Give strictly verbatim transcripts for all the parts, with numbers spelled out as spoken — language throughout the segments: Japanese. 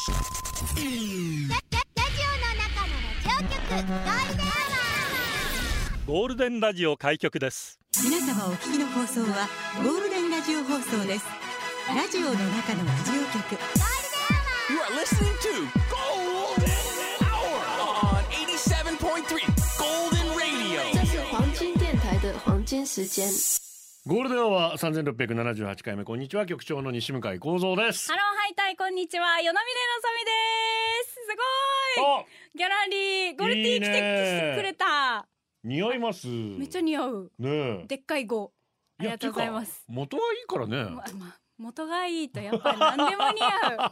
ゴールデンラジオ開局です。 皆様お聞きの放送はゴールデンラジオ放送です。ラジオの中のラジオ局 You are listening to Golden Hour on エイティセブンポイントスリー Golden Radio。 这是黄金電台的黄金時間。 ゴールデンアワーさんぜんろっぴゃくななじゅうはちかいめ。こんにちは、局長の西向井光三です。 ハローハイタイ、こんにちは、与那嶺のさみです。すごいギャラリーゴルティー来てくれた。 似合います。 めっちゃ似合う、ね、えでっかい語ありがとうございます。 元がいいからね、 まま、元がいいとやっぱり何でも似合う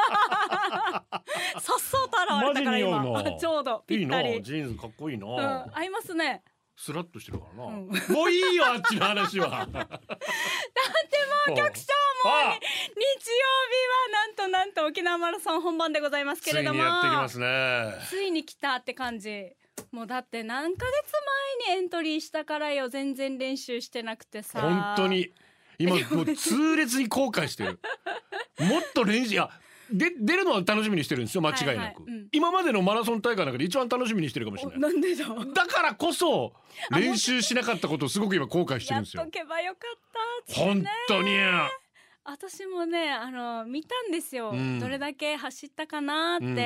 さっそうと現れたから今ちょうどぴったり。 いいな、ジーンズかっこいいな、 うん、合いますね。 スラッとしてるからな、うん、 もういいよあっちの話はだってもう局長もう日曜日はなんとなんと沖縄マラソン本番でございますけれども、 ついにやってきますね。 ついに来たって感じ。もうだって何ヶ月前にエントリーしたからよ。全然練習してなくてさ、 本当に今もう痛烈に後悔してるもっと練習、いやで出るのは楽しみにしてるんですよ、間違いなく、はいはい、うん、今までのマラソン大会の中で一番楽しみにしてるかもしれない。 なんでだだからこそ練習しなかったことをすごく今後悔してるんですよ。 やっとけばよかった、 本当に。 私もね、あの見たんですよ、うん、どれだけ走ったかなって、うんうん、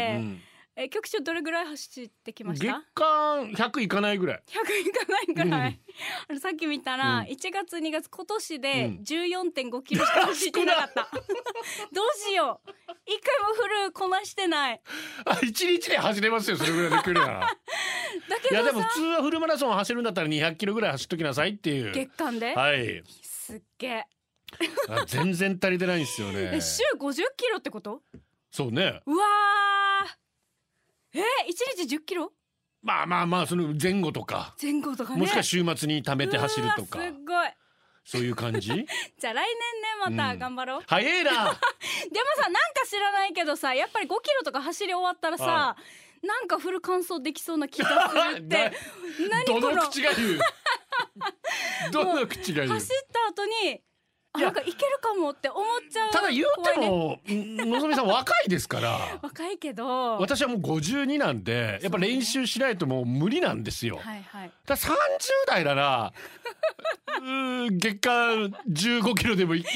え局長どれぐらい走ってきました？ 月間ひゃくいかないぐらい。 ひゃくいかないぐらい、うん、あのさっき見たら、うん、いちがつにがつ今年で じゅうよんてんごキロしか走ってなかった、うん、どうしよう、一回もフルこなしてない。 あ、いちにちで走れますよ、それぐらいできるならだけどさ、いやでも普通はフルマラソン走るんだったらにひゃくキロぐらい走っときなさいっていう。 月間で、 はい、 すっげえあ、全然足りてないんですよねえ週ごじゅっキロってこと？ そうね。 うわー、えー、いちにちじゅっキロ？ まあまあまあ、その前後とか前後とかね、 もしくは週末に貯めて走るとか、 すごいそういう感じじゃあ来年ねまた頑張ろう、うん、 早いなでもさ、 なんか知らないけどさ、やっぱりごキロとか走り終わったらさ、なんかフル完走できそうな気がするって何このどの口が言うどの口が言う。 走った後になんかいけるかもって思っちゃう。 ただ言うても、ね、のぞみさん若いですから若いけど私はもうごじゅうになんで、やっぱ練習しないともう無理なんですよ、 はいはい、 ださんじゅう代ならう月間じゅうごキロでもいい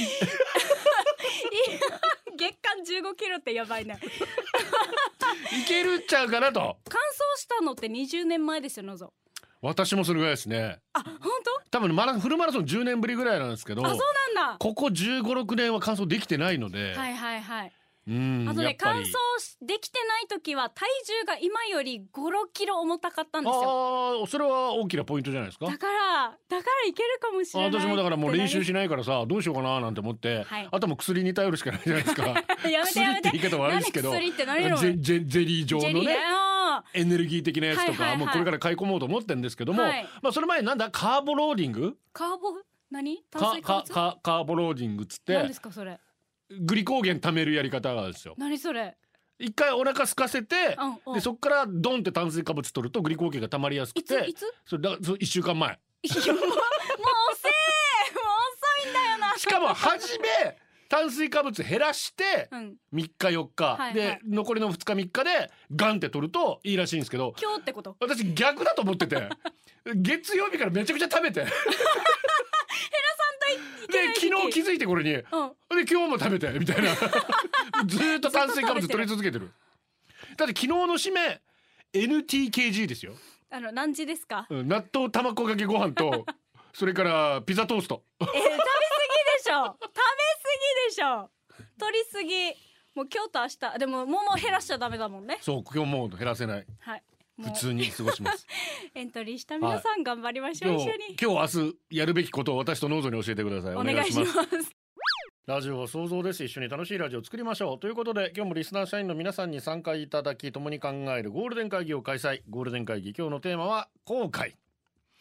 月間じゅうごキロってやばいねいけるっちゃうかなと。 完走したのってにじゅうねんまえですよ、のぞ。 私もそれぐらいですね。 あ、本当？ 多分マラフルマラソンじゅうねんぶりぐらいなんですけど、 あ、そうなんだ。 ここじゅうご、ろくねんは完走できてないので、 はいはいはい、 うん、 あとね、完走できてない時は体重が今よりご、ろっキロ重たかったんですよ。 ああ、それは大きなポイントじゃないですか。 だからだからいけるかもしれない。 私もだからもう練習しないからさ、どうしようかななんて思って、はい、あとも薬に頼るしかないじゃないですかやめてやめて、 薬って言い方悪いですけど、 薬って何のゼゼゼリー状のねエネルギー的なやつとか、はいはいはい、もうこれから買い込もうと思ってるんですけども、はい、まあその前になんだカーボローディング、 カーボ何炭水化物カカカーボローディングっつって、 何ですかそれ。 グリコーゲン貯めるやり方があるんですよ。 何それ。 一回お腹空かせて、 うんうん、 でそっからドンって炭水化物取るとグリコーゲンが溜まりやすくて。 いついつそれだそれいっしゅうかんまえ。 いやもうもう遅いもう遅いんだよな。 しかも初め炭水化物減らしてみっかよっか、うん、で、はいはい、残りのふつかみっかでガンって取るといいらしいんですけど、 今日ってこと？ 私逆だと思ってて月曜日からめちゃくちゃ食べて減らさんといけない。 で昨日気づいてこれに、うん、で今日も食べてみたいなずーっと炭水化物取り続けてるだって昨日の締め エヌティーケージー ですよ。 あの何時ですか？ 納豆卵かけご飯とそれからピザトーストえー、食べ過ぎでしょ食べ過ぎでしょ取りすぎ。もう今日と明日でももう減らしちゃダメだもんね。 そう、今日もう減らせない、はい、普通に過ごしますエントリーした皆さん頑張りましょう、はい、一緒に今日明日やるべきことを私とノーゾに教えてください。お願いします。ラジオは想像です。一緒に楽しいラジオを作りましょうということで、今日もリスナー社員の皆さんに参加いただき共に考えるゴールデン会議を開催。ゴールデン会議、今日のテーマは後悔。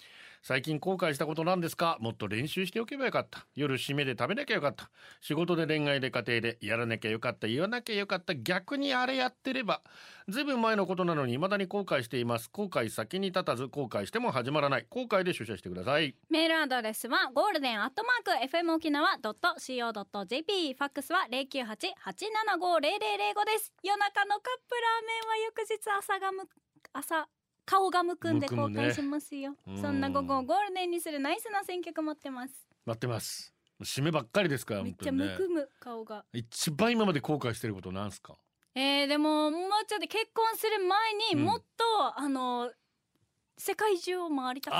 最近後悔したことなんですか？もっと練習しておけばよかった。夜締めで食べなきゃよかった。仕事で恋愛で家庭でやらなきゃよかった。言わなきゃよかった。逆にあれやってれば。ずいぶん前のことなのに未だに後悔しています。後悔先に立たず、後悔しても始まらない。後悔で出社してください。 メールアドレスはゴールデンアットマーク エフエム 沖縄 ドット シーオー ドット ジェーピー、 ファックスは ゼロきゅうはち はちななご ゼロゼロゼロごです。夜中のカップラーメンは翌日朝がむ朝顔がむくんで後悔しますよ、ね、そんな午後をゴールデンにするナイスな選曲待ってます。 待ってます。締めばっかりですから。 めっちゃむくむ、ね、顔が。 一番今まで後悔してることなんすか？ えー、でももうちょっと結婚する前にもっと、うん、あの世界中を回りたかった。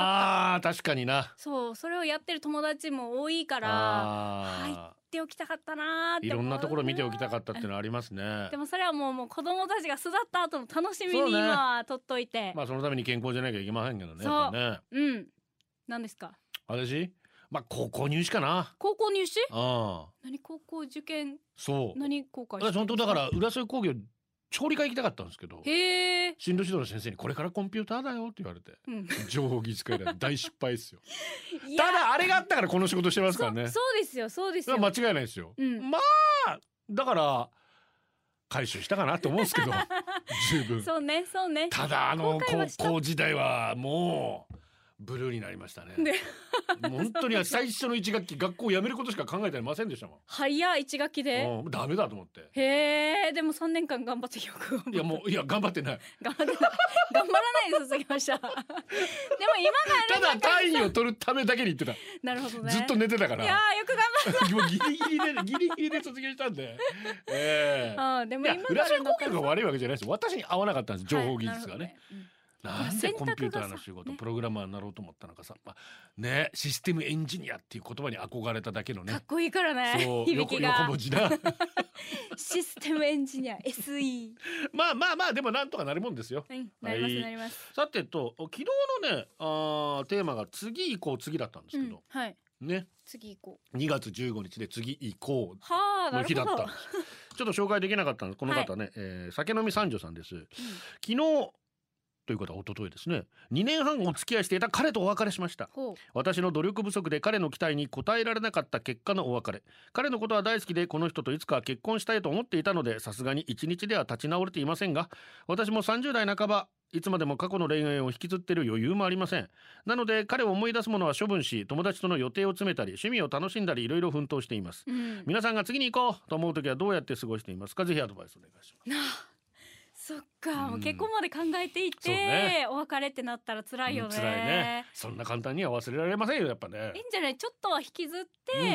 あー確かにな。 そうそれをやってる友達も多いから入っておきたかったなーって。 いろんなところ見ておきたかったっていうのはありますね。 でもそれはもう、もう子供たちが巣立った後の楽しみに今は取っといて、ね、 まあそのために健康じゃなきゃいけませんけどね。 そうね、 うん何ですか？ 私まあ高校入試かな。 高校入試？ ああ何高校受験。 そう何後悔してるんですか？ 私本当だから浦添工業調理科行きたかったんですけど、 へー、 進路指導の先生にこれからコンピューターだよって言われて、うん、情報技術科以来大失敗ですよただあれがあったからこの仕事してますからね。 そ, そうですよそうですよ、 間違いないですよ、うん、まあだから回収したかなと思うんですけど十分そうねそうね。 ただあの高校時代はもうブルーになりましたね。ね本当に最初の一学期学校を辞めることしか考えてませんでしたもん。 早い一学期で、 うん、ダメだと思って。 へえ。でもさんねんかん頑張ってよく。 いやもういや頑張ってない頑張ってない頑張らないで卒業したでも今がただ単位を取るためだけに言ってた。 なるほどね。 ずっと寝てたから。 いやーよく頑張ったもうギリギリでギリギリで卒業したんで、えー、 あでも今が浦添工業が悪いわけじゃないです。私に合わなかったんです情報技術がね、はい、なんでコンピューターの仕事、ね、プログラマーになろうと思ったのかさ、まあ、ねシステムエンジニアっていう言葉に憧れただけのね。 かっこいいからね。 そう響きが横文字なシステムエンジニア エスイーまあまあまあでもなんとかなるもんですよ、 はい、なります、はい、なります。 さてと昨日のねあテーマが次行こう次だったんですけど、 うん、はいね次行こうにがつじゅうごにちで次行こうの日だった。ちょっと紹介できなかったんですこの方ね、はいえー、酒飲み三女さんです、うん、昨日ということは一昨日ですねにねんはんお付き合いしていた彼とお別れしました。私の努力不足で彼の期待に応えられなかった結果のお別れ。彼のことは大好きでこの人といつか結婚したいと思っていたのでさすがに一日では立ち直れていませんが私もさんじゅうだいなかばいつまでも過去の恋愛を引きずっている余裕もありません。なので彼を思い出すものは処分し友達との予定を詰めたり趣味を楽しんだりいろいろ奮闘しています、うん、皆さんが次に行こうと思うときはどうやって過ごしていますか？ぜひアドバイスお願いします。 そっか、うん、結婚まで考えていて、ね、お別れってなったら辛いよね、うん、辛いね。 そんな簡単には忘れられませんよやっぱね。 いいんじゃない、ちょっとは引きずって、うんうん、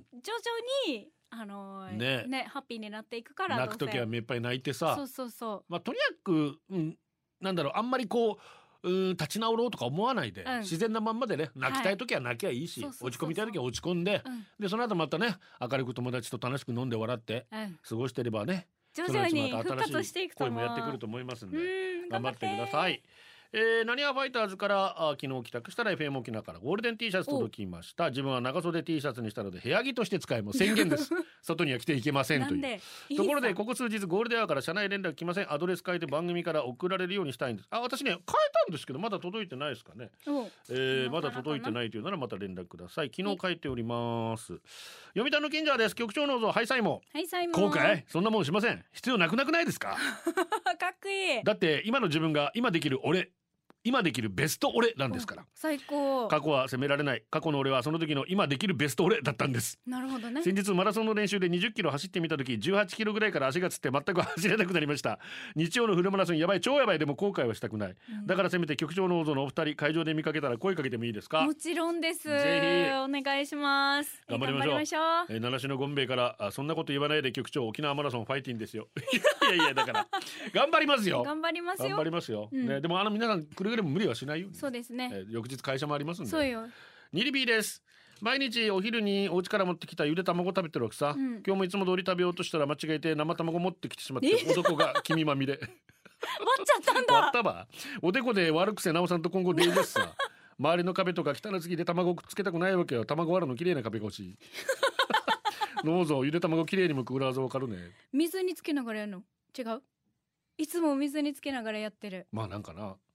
徐々にあのー、ね, ねハッピーになっていくから。 泣くときはめっぱい泣いてさそうそうそう、 まあ、とにかく、うん、なんだろうあんまりこううん立ち直ろうとか思わないで、うん、自然なまんまでね泣きたい時は泣きゃいいし、はい、落ち込みたい時は落ち込んで、うん、でその後またね明るく友達と楽しく飲んで笑って過ごしてればね、 徐々に復活していくと思う。 声もやってくると思いますんで頑張ってください。えー、なにわファイターズからあ昨日帰宅したら エフエム 沖縄からゴールデン T シャツ届きました。自分は長袖 T シャツにしたので部屋着として使いも宣言です外には着ていけませんというところでここ数日ゴールデンアワーから社内連絡来ません。アドレス変えて番組から送られるようにしたいんです。あ私ね変えたんですけどまだ届いてないですかね、えー、まだ届いてないというならまた連絡ください。昨日書いております。読谷の賢者です。局長のぞハイサイモハイサイモ後悔そんなもんしません。必要なくなくないですかかっこいい。 だって今の自分が今できる俺今できるベスト俺なんですから。 最高。 過去は責められない。過去の俺はその時の今できるベスト俺だったんです。 なるほどね。 先日マラソンの練習でにじゅっキロ走ってみた時じゅうはちキロぐらいから足がつって全く走れなくなりました。日曜のフルマラソンやばい超やばい。でも後悔はしたくない、うん、だからせめて局長の大園のお二人会場で見かけたら声かけてもいいですか？ もちろんです。 ぜひお願いします。 頑張りましょう。ましょうえー、七種のゴンベイからあそんなこと言わないで局長沖縄マラソンファイティンですよいやいやだから頑張りますよ頑張りますよ頑張りますよ、うんね、でもあの皆さんくれぐれも無理はしないよ。 そうですね、 えー、翌日会社もありますんで。 そうよ。 ニリビーです。毎日お昼にお家から持ってきたゆで卵食べてるわけさ、うん、今日もいつも通り食べようとしたら間違えて生卵持ってきてしまって男が黄身まみれ割っちゃったんだ。 割ったばおでこで悪くせなおさんと今後デーですさ周りの壁とか汚すぎて卵くっつけたくないわけよ。卵割るの綺麗な壁が欲しいどうぞゆで卵綺麗にむく裏技わかるね。 水につけながらやるの違う。いつも水につけながらやってる。 まあなんかな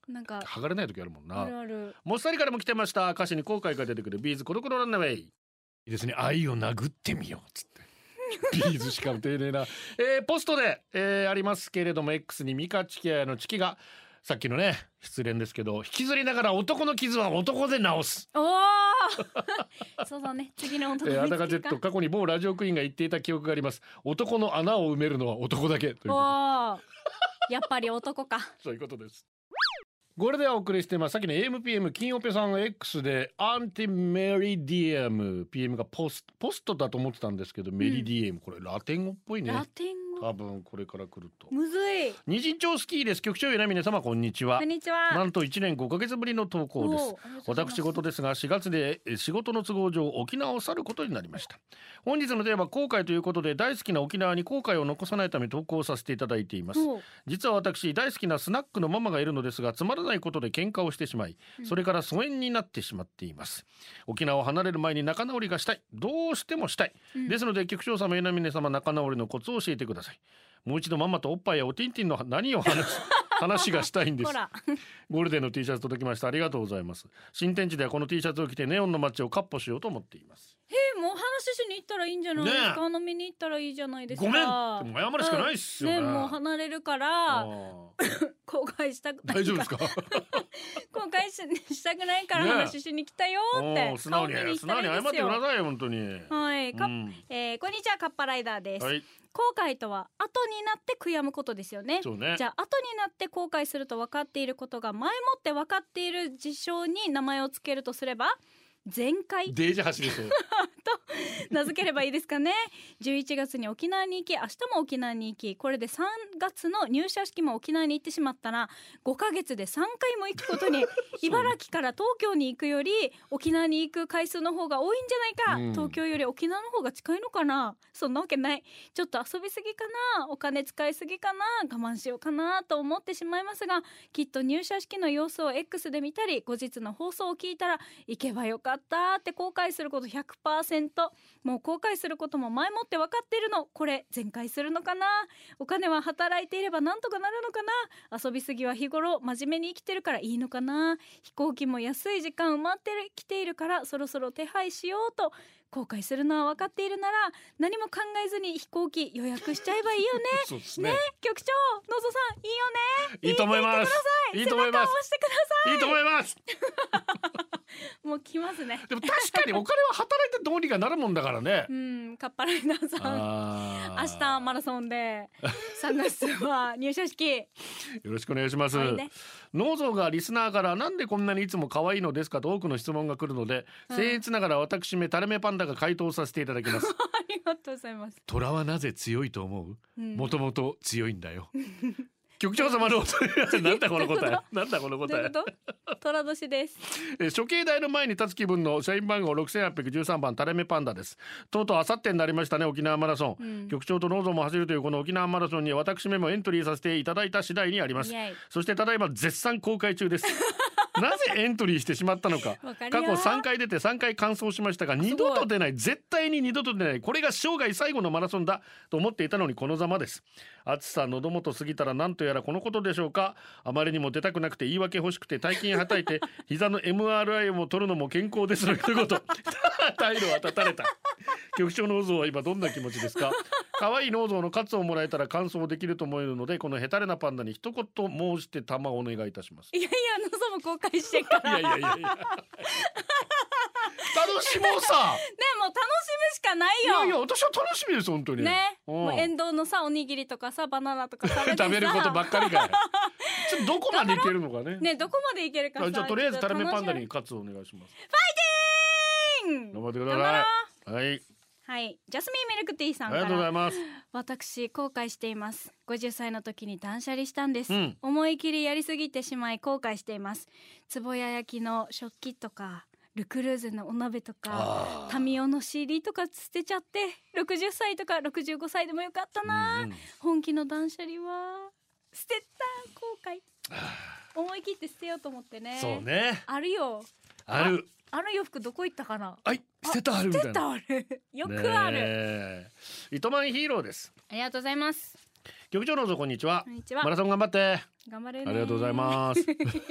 なんか剥がれない時あるもんな。 あるある。 もっさりからも来てました。歌詞に後悔が出てくるビーズ孤独のランナウェイ。いいですね。愛を殴ってみようっつってビーズしかも丁寧な、えー、ポストで、えー、ありますけれども X にミカチキアのチキがさっきのね失恋ですけど引きずりながら男の傷は男で治す。 おーそうだね。次の男えー、アダ見つけるかガジェット過去に某ラジオクイーンが言っていた記憶があります。男の穴を埋めるのは男だけということ。 おーやっぱり男か。 そういうことです。これではお送りしています。さっきの エーエムピーエム 金オペさんが X でアンティメリディアム ピーエム がポストポストだと思ってたんですけど、メリディアムこれラテン語っぽいね。 ラテン語多分これから来ると。 むずい。 二陣町スキーです。局長や皆様こんにちは。 こんにちは。 なんといちねんごかげつぶりの投稿です。 おーありがとうございます私事ですがしがつでえ仕事の都合上沖縄を去ることになりました。本日のテーマ後悔ということで大好きな沖縄に後悔を残さないため投稿させていただいています。 おー実は私大好きなスナックのママがいるのですがつまらないことで喧嘩をしてしまい、それから疎遠になってしまっています。沖縄を離れる前に仲直りがしたい、どうしてもしたい、 うん、 ですので局長様やなみね様仲直りのコツを教えてください。もう一度ママとおっぱいやおティンティンの何を話す話がしたいんですほらゴールデンの T シャツ届きました。ありがとうございます。新天地ではこの T シャツを着てネオンの街をカッポしようと思っています。 えー、もう話しに行ったらいいんじゃないですか、飲みに行ったらいいじゃないですか。 ごめんってもう謝るしかないっすよね。 ねもう離れるからあ後悔したくない大丈夫ですか後悔ししたくないからね話しに来たよってお素直に顔見に行素ったらいいですよ。 直に謝ってくださいよ本当に。 はい、かうんえー、こんにちはカッパライダーです、 はい、 後悔とは後になって悔やむことですよね。 そうね。 じゃあ後になって後悔すると分かっていることが前もって分かっている事象に名前をつけるとすれば前回デージ走りそう名付ければいいですかね。じゅういちがつに沖縄に行き明日も沖縄に行きこれでさんがつの入社式も沖縄に行ってしまったらごかげつでさんかいも行くことに茨城から東京に行くより沖縄に行く回数の方が多いんじゃないか、 うん、 東京より沖縄の方が近いのかな。そんなわけない。ちょっと遊びすぎかな、お金使いすぎかな、我慢しようかなと思ってしまいますがきっと入社式の様子を X で見たり後日の放送を聞いたら行けばよかったって後悔すること ひゃくパーセント。 もう後悔することも前もって分かっているの。これ全開するのかな。お金は働いていればなんとかなるのかな。遊びすぎは日頃真面目に生きてるからいいのかな。飛行機も安い時間埋まってきているからそろそろ手配しようと。後悔するのは分かっているなら何も考えずに飛行機予約しちゃえばいいよねそうですね。 ね局長のぞさんいいよね。 いいと思いますいいと思います背中を押してください。 いいと思いますもう来ますね。 でも確かにお金は働いてどうにかなるもんだからねうんカッパライダーさんあ明日マラソンでさんがつは入社式よろしくお願いします、 はいね、 ノーゾーがリスナーからなんでこんなにいつも可愛いのですかと多くの質問が来るので、うん、僭越ながら私めタレメパンダが回答させていただきますありがとうございます。 虎はなぜ強いと思う、 うん、 もともと強いんだよ局長様のなんだこの答えなんだこの答え虎年です処刑台の前に立つ気分の社員番号ろくせんはっぴゃくじゅうさんばんタレメパンダです。とうとうあさってになりましたね沖縄マラソン、うん、局長とノーゾーも走るというこの沖縄マラソンに私めもエントリーさせていただいた次第にあります。そしてただいま絶賛公開中ですなぜエントリーしてしまったのか過去さんかい出てさんかい完走しましたが二度と出ない、絶対に二度と出ない、これが生涯最後のマラソンだと思っていたのにこのざまです。暑さ喉元過ぎたら何とやらこのことでしょうか。あまりにも出たくなくて言い訳欲しくて大金はたいて膝の エムアールアイ を取るのも健康ですの一言退路は立たれた。局長ノーゾーは今どんな気持ちですか。可愛いノーゾーのカツをもらえたら完走できると思えるのでこのヘタレなパンダに一言申して玉をお願いいたします。 いやいやノーゾーも公開してからいやいやいやいや楽しもうさねもう楽しむしかないよ。 いやいや私は楽しみです本当にね。もう沿道のさおにぎりとかさバナナとか食べてさ食べることばっかりかいちょっとどこまでいけるのかね。 ねどこまでいけるかさ。 じゃあとりあえずタレメパンダにカツをお願いします。 ファイティング頑張ってください。はいはい、ジャスミンミルクティーさんからありがとうございます。 私後悔しています。ごじゅっさいの時に断捨離したんです、 うん、 思い切りやりすぎてしまい後悔しています。壺屋焼きの食器とかルクルーゼのお鍋とかタミオの シーディー とか捨てちゃってろくじゅっさいとかろくじゅうごさいでもよかったな、うんうん、本気の断捨離は捨てた後悔思い切って捨てようと思ってね。 そうねあるよあるあの洋服どこ行ったかな。 はい捨てたあるみたいな。 捨てたあるよくある。 糸満ヒーローです。 ありがとうございます。 局長のぞこんにちは。 こんにちは。 マラソン頑張って頑張れね。 ありがとうございます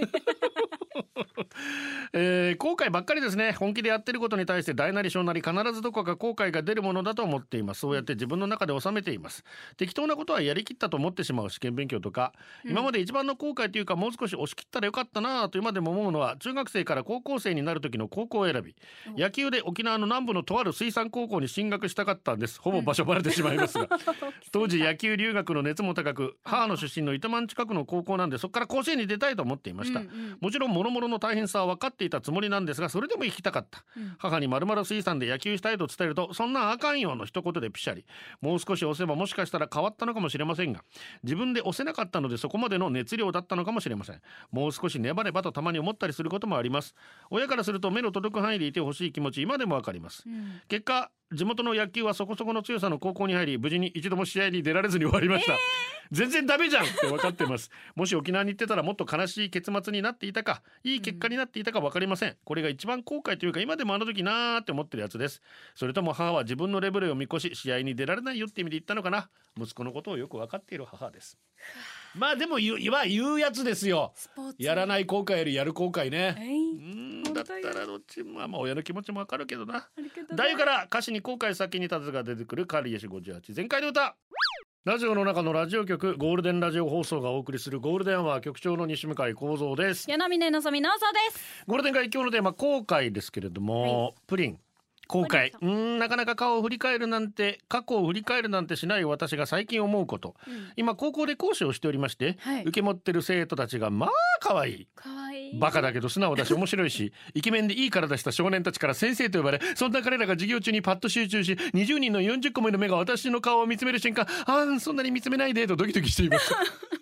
えー、後悔ばっかりですね。本気でやってることに対して大なり小なり必ずどこか後悔が出るものだと思っています。そうやって自分の中で収めています。適当なことはやりきったと思ってしまう試験勉強とか、うん、今まで一番の後悔というかもう少し押し切ったらよかったなと今でも思うのは中学生から高校生になる時の高校選び。野球で沖縄の南部のとある水産高校に進学したかったんです。ほぼ場所バレてしまいますが、うん、当時野球留学の熱も高く母の出身の糸満近くの高校なんでそこから甲子園に出たいと思っていました、うんうん、もちろん諸々の大変さは分かっていたつもりなんですがそれでも行きたかった、うん、母に丸々水産で野球したいと伝えるとそんなんあかんよの一言でピシャリ。もう少し押せばもしかしたら変わったのかもしれませんが自分で押せなかったのでそこまでの熱量だったのかもしれません。もう少し粘ればとたまに思ったりすることもあります。親からすると目の届く範囲でいてほしい気持ち今でもわかります、うん、結果地元の野球はそこそこの強さの高校に入り無事に一度も試合に出られずに終わりました、えー、全然ダメじゃんって分かっていますもし沖縄に行ってたらもっと悲しい結末になっていたかいい結果になっていたか分かりません、うん、これが一番後悔というか今でもあの時なーって思ってるやつです。それとも母は自分のレベルを見越し試合に出られないよって意味で言ったのかな。息子のことをよく分かっている母です。まあでも言う、言うやつですよ。やらない後悔よりやる後悔ね、えー、うんだったらどっちも、まあ、親の気持ちも分かるけどな。だいから歌詞に後悔先に立つが出てくるカリエシごじゅうはち前回の歌。ラジオの中のラジオ局ゴールデンラジオ放送がお送りするゴールデンは局長の西向井光三です。 柳峰のぞみのぞです。 ゴールデン会今日のテーマ後悔ですけれども、はい、プリン後悔うーんなかなか顔を振り返るなんて過去を振り返るなんてしない私が最近思うこと、うん、今高校で講師をしておりまして、はい、受け持ってる生徒たちがまあ可愛い可愛いバカだけど素直だし面白いしイケメンでいい体した少年たちから先生と呼ばれそんな彼らが授業中にパッと集中しにじゅうにんのよんじゅっこもの目が私の顔を見つめる瞬間あーそんなに見つめないでとドキドキしています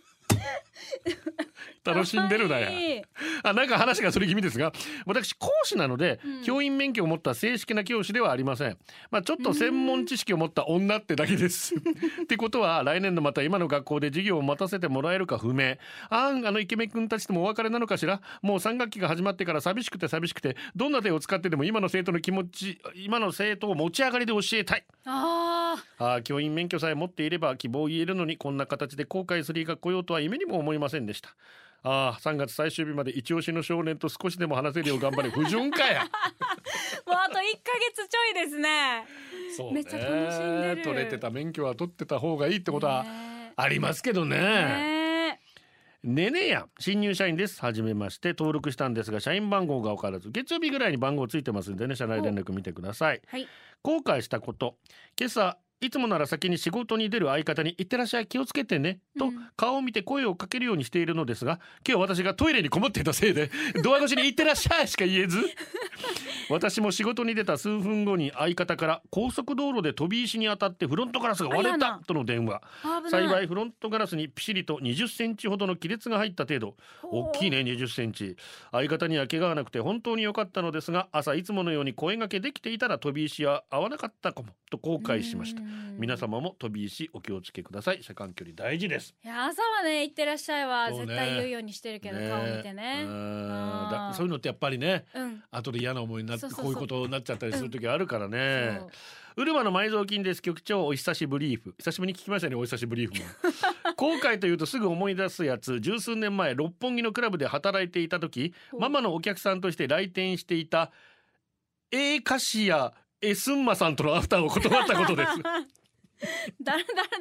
楽しんでるなやあなんか話がそれ気味ですが私講師なので、うん、教員免許を持った正式な教師ではありません、まあ、ちょっと専門知識を持った女ってだけですってことは来年のまた今の学校で授業を待たせてもらえるか不明。あんあのイケメン君たちともお別れなのかしら。もうさん学期が始まってから寂しくて寂しくてどんな手を使ってでも今の生徒の気持ち今の生徒を持ち上がりで教えたい。ああ教員免許さえ持っていれば希望を言えるのにこんな形で後悔する日が来ようとは夢にも思いませんでした。ああさんがつ最終日まで一押しの少年と少しでも話せるよう頑張れ不純かやもうあといっかげつちょいですね。 そうねめっちゃ楽しんでる。 取れてた免許は取ってた方がいいってことはありますけどね。ねねねや新入社員です。はじめまして登録したんですが社員番号が分からず月曜日ぐらいに番号ついてますんでね社内連絡見てください、はい、後悔したこと。今朝いつもなら先に仕事に出る相方に行ってらっしゃい気をつけてねと顔を見て声をかけるようにしているのですが今日私がトイレにこもっていたせいでドア越しに行ってらっしゃいしか言えず私も仕事に出た数分後に相方から高速道路で飛び石に当たってフロントガラスが割れたとの電話。幸いフロントガラスにピシリとにじゅっセンチほどの亀裂が入った程度。大きいねにじゅっセンチ。相方には怪我はなくて本当に良かったのですが朝いつものように声掛けできていたら飛び石は合わなかったかもと後悔しました。皆様も飛び石お気をつけください。車間距離大事です。 いや朝はね行ってらっしゃいは絶対言うようにしてるけど、ね、顔見てねうんだそういうのってやっぱりね、うん、後で嫌な思いになってこういうことになっちゃったりする時あるからね、うん、うるまの埋蔵金です。局長お久しぶりーふ久しぶりに聞きましたね。お久しぶりーふも後悔というとすぐ思い出すやつ。十数年前六本木のクラブで働いていた時ママのお客さんとして来店していた A カシヤエスンマさんとのアフターを断ったことです誰誰誰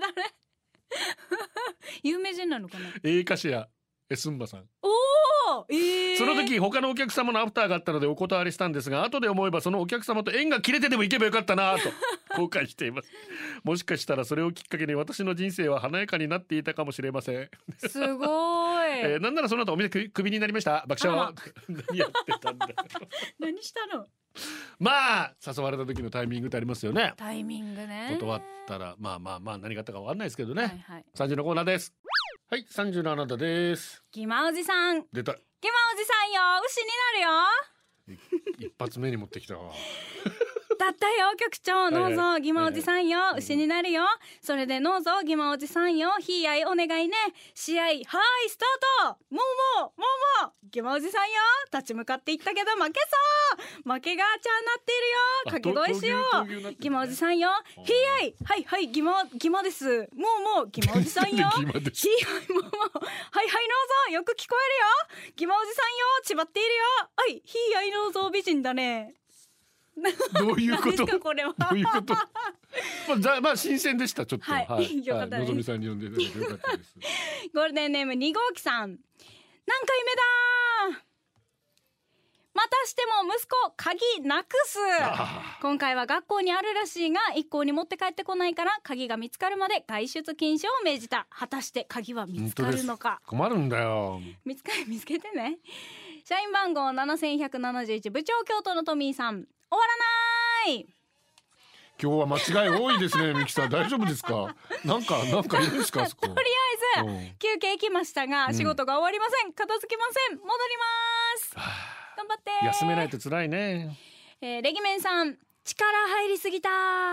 有名人なのかな。 A カシヤエスンマさん。 おー、えー、 その時他のお客様のアフターがあったのでお断りしたんですが後で思えばそのお客様と縁が切れてでも行けばよかったなと後悔していますもしかしたらそれをきっかけに私の人生は華やかになっていたかもしれませんすごい、 えー、なんならその後お店クビになりました爆笑何やってたんだ何したの。 まあ誘われた時のタイミングってありますよね。 タイミングね。 断ったらまあまあまあ何があったか分かんないですけどね、はいはい、さんじのコーナーです。はい、さんじゅうのあなたです。 ギマおじさん出た。 ギマおじさんよ牛になるよ一発目に持ってきたわだったよ局長、どうぞギマおじさんよ、牛になるよ。それでどうぞギマおじさんよ、ひいあいお願いね。試合はいスタート。もうもうもうもうギマおじさんよ、立ち向かっていったけど負けそう負けがちゃんなっているよ。掛け声しよう。ギマおじさんよ、ひいあいはいはいギマギマです。もうもうギマおじさんよひいあいもうもうはいはいどうぞ、よく聞こえるよ。ギマおじさんよ、ちばっているよ。はい、ひいあいのぞ美人だね。 どういうこと？ 何ですかこれは。 どういうこと？まあ、ざまあ新鮮でしたちょっと。 はい、よかったです。 のぞみさんに呼んでいただいてよかったです。 ゴールデンネームに号機さん。何回目だ。またしても息子鍵なくす。今回は学校にあるらしいが一向に持って帰ってこないから鍵が見つかるまで外出禁止を命じた。果たして鍵は見つかるのか。 困るんだよ。 見つか見つけてね。社員番号ななせんひゃくななじゅういち部長京都のトミーさん。終わらない。 今日は間違い多いですね。ミキさん大丈夫ですか？なんかなんかいいですか？そこ。 とりあえず休憩行きましたが、うん、仕事が終わりません。片付きません。戻ります。頑張って。 休めないと辛いね。 えー、レギメンさん、力入りすぎた。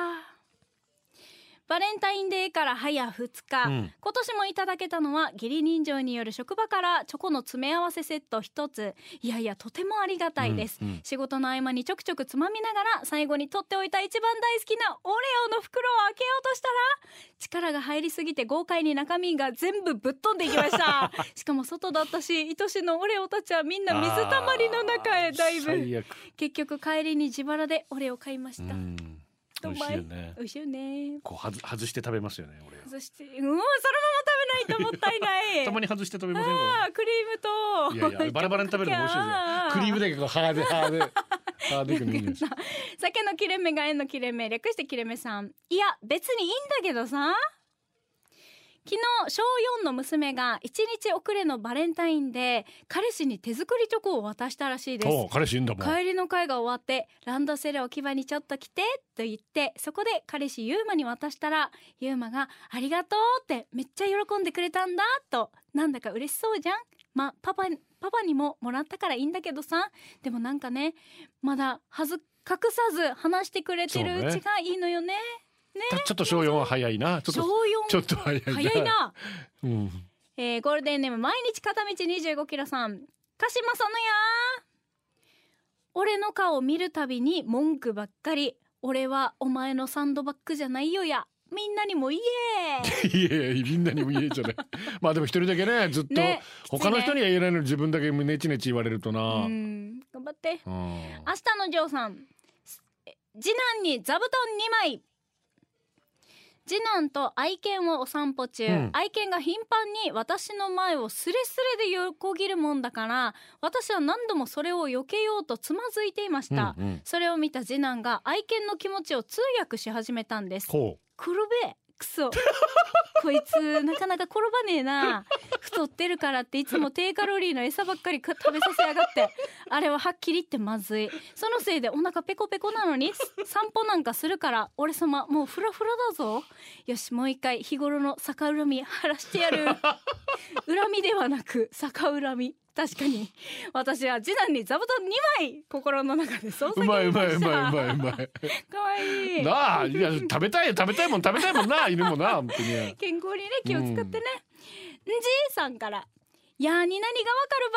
バレンタインデーから早ふつか、うん、今年もいただけたのは義理人情による職場からチョコの詰め合わせセット一つ。いやいやとてもありがたいです、うんうん、仕事の合間にちょくちょくつまみながら最後に取っておいた一番大好きなオレオの袋を開けようとしたら力が入りすぎて豪快に中身が全部ぶっ飛んでいきましたしかも外だったし愛しのオレオたちはみんな水たまりの中へダイブ。結局帰りに自腹でオレオ買いました。うん、 美味しいよね。 美味しいよね。 こうはず外して食べますよね。俺外して、うん、そのまま食べないともったいないたまに外して食べませんか？ あクリームといやいやバラバラに食べるのも美味しいですよ。クリームだけこう歯で歯で歯でいくのいいです。 酒の切れ目が縁の切れ目、略して切れ目さん。いや別にいいんだけどさ、昨日小よんの娘がいちにち遅れのバレンタインで彼氏に手作りチョコを渡したらしいです。 お彼氏いいんだもん。 帰りの会が終わってランドセルを牙にちょっと着てと言って、そこで彼氏ユーマに渡したらユーマがありがとうってめっちゃ喜んでくれたんだと。なんだか嬉しそうじゃん。まあパパパパにももらったからいいんだけどさ、でもなんかねまだはず隠さず話してくれてるうちがいいのよね。ね、 ちょっと小よんは早いな。ちょっと小よんちょっと早いな。 早いな。 うん、 えー、ゴールデンネーム毎日片道にじゅうごキロさん。鹿島さんのや。俺の顔見るたびに文句ばっかり。俺はお前のサンドバッグじゃないよや。みんなにも言え。 いやいやみんなにも言えじゃない。まあでも一人だけねずっと、ね、他の人には言えないのに自分だけネチネチ言われるとな。 うん頑張って。明日のジョーさん。次男に座布団にまい。次男と愛犬をお散歩中、うん、愛犬が頻繁に私の前をスレスレで横切るもんだから私は何度もそれを避けようとつまずいていました、うんうん、それを見た次男が愛犬の気持ちを通訳し始めたんです。 ほう黒べクソこいつなかなか転ばねえな。太ってるからっていつも低カロリーの餌ばっかり食べさせやがって。あれははっきり言ってまずい。そのせいでお腹ペコペコなのに散歩なんかするから俺様もうフラフラだぞ。よしもう一回日頃の逆恨み晴らしてやる。恨みではなく逆恨み。確かに私は次男に座布団にまい心の中でそう叫びました。 うまいうまいうまいうまいうまいかわいいなあ。いや食べたい食べたいもん食べたいもんな犬もな本当に健康にね気を使ってね、うん、んじいさんからやーに何がわかるば。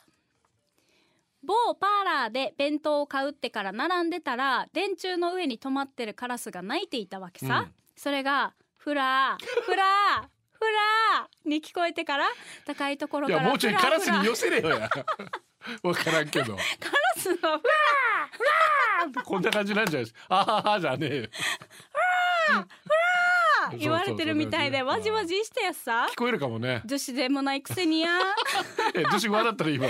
某パーラーで弁当を買うってから並んでたら電柱の上に止まってるカラスが鳴いていたわけさ、うん、それがフラーフラーフラーに聞こえてから高いところからいやもうちょいカラスに寄せれよや分からんけどカラスのフラーフラーこんな感じなんじゃないですか。あははじゃねえよ。フラーフラー言われてるみたいでわじわじしてやさ。 聞こえるかもね。 女子でもないくせにやえ女子語だったら今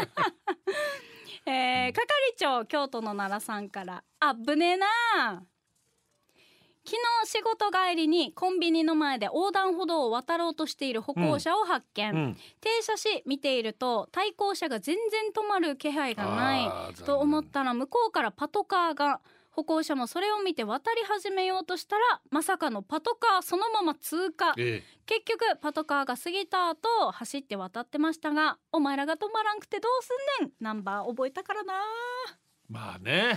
えー、係長京都の奈良さんからあぶねえな。昨日仕事帰りにコンビニの前で横断歩道を渡ろうとしている歩行者を発見、うんうん、停車し見ていると対向車が全然止まる気配がないと思ったら向こうからパトカーが。歩行者もそれを見て渡り始めようとしたらまさかのパトカーそのまま通過、ええ、結局パトカーが過ぎた後走って渡ってましたがお前らが止まらんくてどうすんねんナンバー覚えたからな。 まあね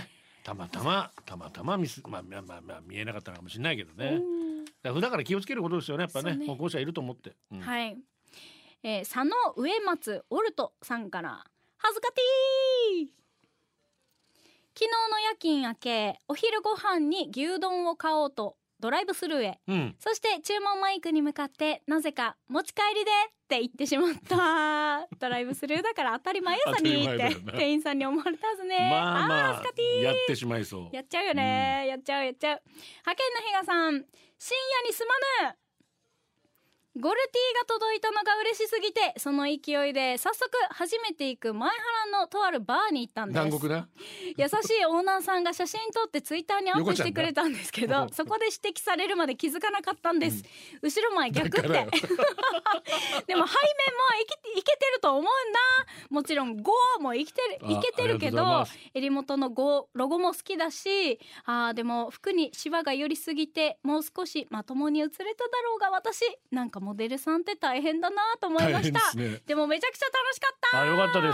たまたまたまたまミス、まあまあまあ、まあ、見えなかったのかもしれないけどね。だから普段から気をつけることですよねやっぱね。 ね歩行者いると思って、うん、 はい、えー、佐野上松オルトさんから恥ずかてぃ。昨日の夜勤明けお昼ご飯に牛丼を買おうとドライブスルーへ、 うん、 そして注文マイクに向かってなぜか持ち帰りでって言ってしまったドライブスルーだから当たり前やさにって店員さんに思われたはずね。 まあまああーやってしまいそう。 やっちゃうよね、うん、やっちゃうやっちゃう。派遣の比嘉さん、深夜にすまぬ。ゴルティーが届いたのが嬉しすぎてその勢いで早速初めて行く前原のとあるバーに行ったんです。 南国だ。 優しいオーナーさんが写真撮ってツイッターにアップしてくれたんですけどそこで指摘されるまで気づかなかったんです、うん、後ろ前逆ってでも背面もいけ、いけてると思うんだ。もちろんゴーもいけてる、いけてるけど襟元のゴーロゴも好きだし、あーでも服にシワが寄りすぎてもう少しまともに写れただろうが私なんかモデルさんって大変だなと思いました。 で,、ね、でもめちゃくちゃ楽しかった。 あ、よかったです。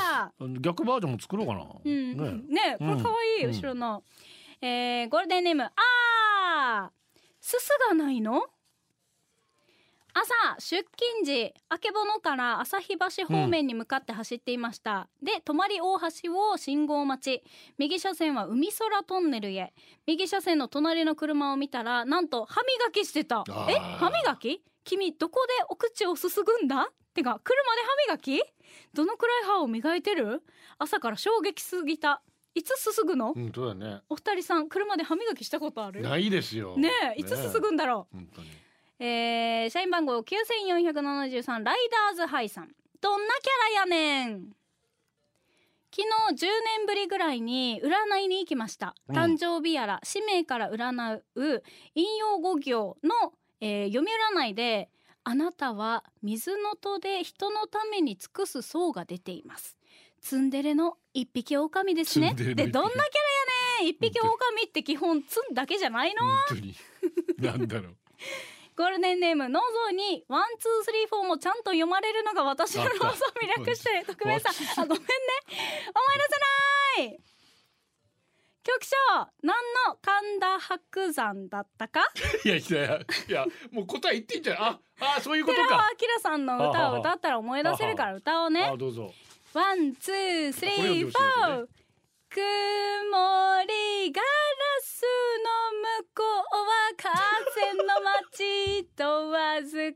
逆バージョンも作ろうかな、 うんね、ねこれかわいい、うん、後ろの、えー、ゴールデンネームあーすすがないの。朝出勤時あけぼのから旭橋方面に向かって走っていました、うん、で泊大橋を信号待ち、右車線は海空トンネルへ。右車線の隣の車を見たらなんと歯磨きしてた。え歯磨き？君どこでお口をすすぐんだ？てか車で歯磨き？どのくらい歯を磨いてる？朝から衝撃すぎた。いつすすぐの？ 本当だね。 お二人さん車で歯磨きしたことある？ ないですよねえ、いつすすぐんだろう、 ね、本当に。 えー、社員番号きゅうせんよんひゃくななじゅうさんライダーズハイさん、どんなキャラやねん。昨日じゅうねんぶりぐらいに占いに行きました、うん、誕生日やら使命から占う引用語行の、えー、読み占いであなたは水の戸で人のために尽くす層が出ています。ツンデレの一匹狼ですね。でどんなキャラやねん。一匹狼って基本ツンだけじゃないの。 本当になんだろう。 ゴールデンネームノーゾーにワンツースリーフォーもちゃんと読まれるのが私のノーゾーを略して匿名さん、あごめんね、思い出せない。局長何の神田伯山だったか。 いやいやいやもう答え言ってんじゃん。ああそういうことか。 寺尾明さんの歌を歌ったら思い出せるから歌おうね。 あどうぞ。 ワンツースリーフォー。曇りガラスの向こうは風の街問わず語り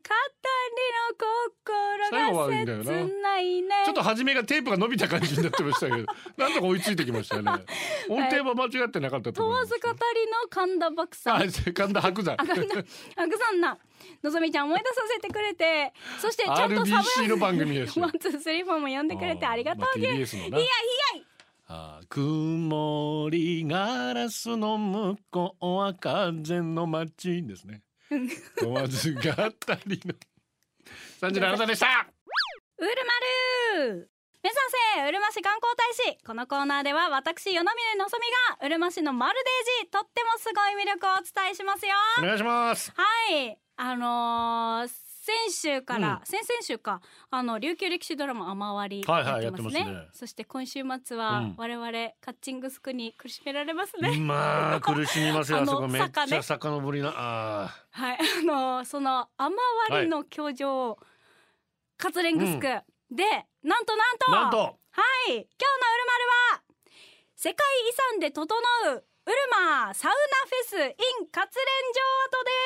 の心が切ないね。 ちょっと初めがテープが伸びた感じになってましたけどなんとか追いついてきましたね。音程は間違ってなかったと思います。 問わず語りの神田伯山、 あ神田伯山伯山なのぞみちゃん思い出させてくれて、そしてちゃんとサブアールビーシー の番組ですよ。 ワンツースリーフォーも呼んでくれてありがとう。 ティービーエス のな。 いやいやあ曇りガラスの向こうは風の街ですね。問わず語りのさんじのあなたでした。 うるまる目指せうるま市観光大使。このコーナーでは私与那嶺のぞみがうるま市のマルデージとってもすごい魅力をお伝えしますよ。 お願いします。 はいあのー先週から、うん、先々週かあの琉球歴史ドラマ雨割りやってますね、はいはい、やってますね。そして今週末は、うん、我々カッチングスクに苦しめられますね。 まあ苦しみますよ。あそこめっちゃ遡りな、あはいあのその雨割りの居城、はい、カツレングスク、うん、でなんとなんとなんとはい今日のうるまるは世界遺産で整ううるまサウナフェス in カツレン城跡です。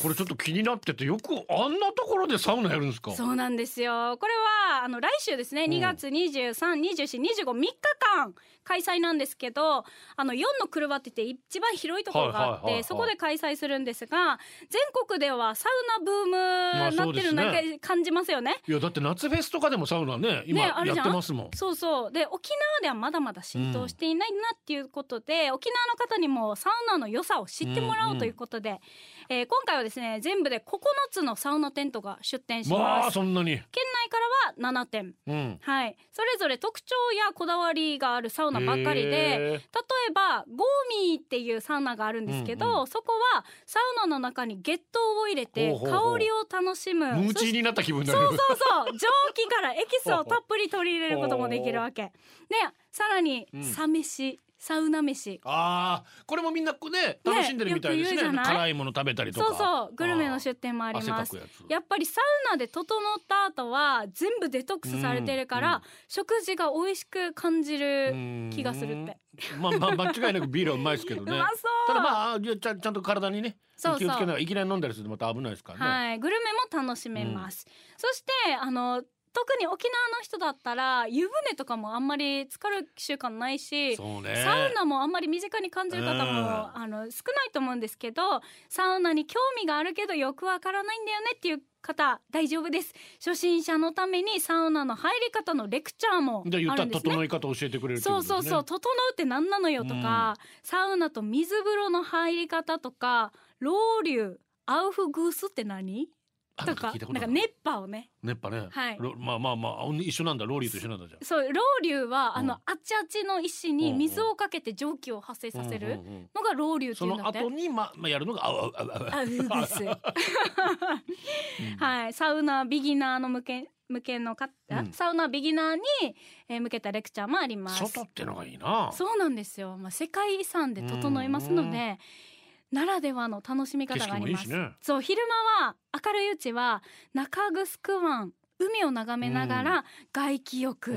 これちょっと気になってて、よくあんなところでサウナやるんですか。 そうなんですよ。これはあの来週ですね、うん、にがつにじゅうさん、にじゅうよん、にじゅうご、みっかかん開催なんですけど、あのよんの車って言って一番広いところがあって、はいはいはいはい、そこで開催するんですが、全国ではサウナブームなってるのだけ感じますよね。 いやだって夏フェスとかでもサウナね今やってますもん。 そうそうで沖縄ではまだまだ浸透していないなっていうことで、うん、沖縄の方にもサウナの良さを知ってもらおうということで、うんうんえー、今回はですね全部でここのつのサウナテントが出店します。 まあそんなに県内からはななてん、うんはい、それぞれ特徴やこだわりがあるサウナばっかりで、例えばゴーミーっていうサウナがあるんですけど、うんうん、そこはサウナの中に月桃を入れて香りを楽しむ、 夢中になった気分になる。 そうそうそう蒸気からエキスをたっぷり取り入れることもできるわけで、さらにサ飯、 サウナ飯。 あーこれもみんなね楽しんでるみたいですね。 よく言うじゃない辛いもの食べたりとか。 そうそうグルメの出店もあります。 汗かくやつやっぱりサウナで整った後は全部デトックスされてるから、 うんうん食事が美味しく感じる気がするって。 まあまあ間違いなくビールはうまいですけどね。 うまそう。 ただまあちゃんちゃんと体にねそうそう気をつけながらいきなり飲んだりするとまた危ないですからね。 はいグルメも楽しめます、うん、そしてあの特に沖縄の人だったら湯船とかもあんまり浸かる習慣ないし、 そうね、 サウナもあんまり身近に感じる方も、うん、あの少ないと思うんですけど、サウナに興味があるけどよくわからないんだよねっていう方大丈夫です。初心者のためにサウナの入り方のレクチャーもあるんですね。 じゃあ言った整い方教えてくれるってことですね。 そうそうそう整うって何なのよとか、うん、サウナと水風呂の入り方とかロウリュアウフグースって何とかなんか熱波をね熱波ね、 はい、 まあまあまあ一緒なんだロウリュと一緒なんだじゃん。 そうロウリュはあの、うん、あっちあっちの石に水をかけて蒸気を発生させるのがロウリュっていうんだって。 その後にままやるのがアウアウアウアウアウグースはいサウナビギナーの向け向けのか、うん、サウナビギナーに、えー、向けたレクチャーもあります。 外ってのがいいな。 そうなんですよ、まあ、世界遺産で整いますのでならではの楽しみ方があります。いいね、そう昼間は明るいうちは中城湾海を眺めながら外気浴、うん、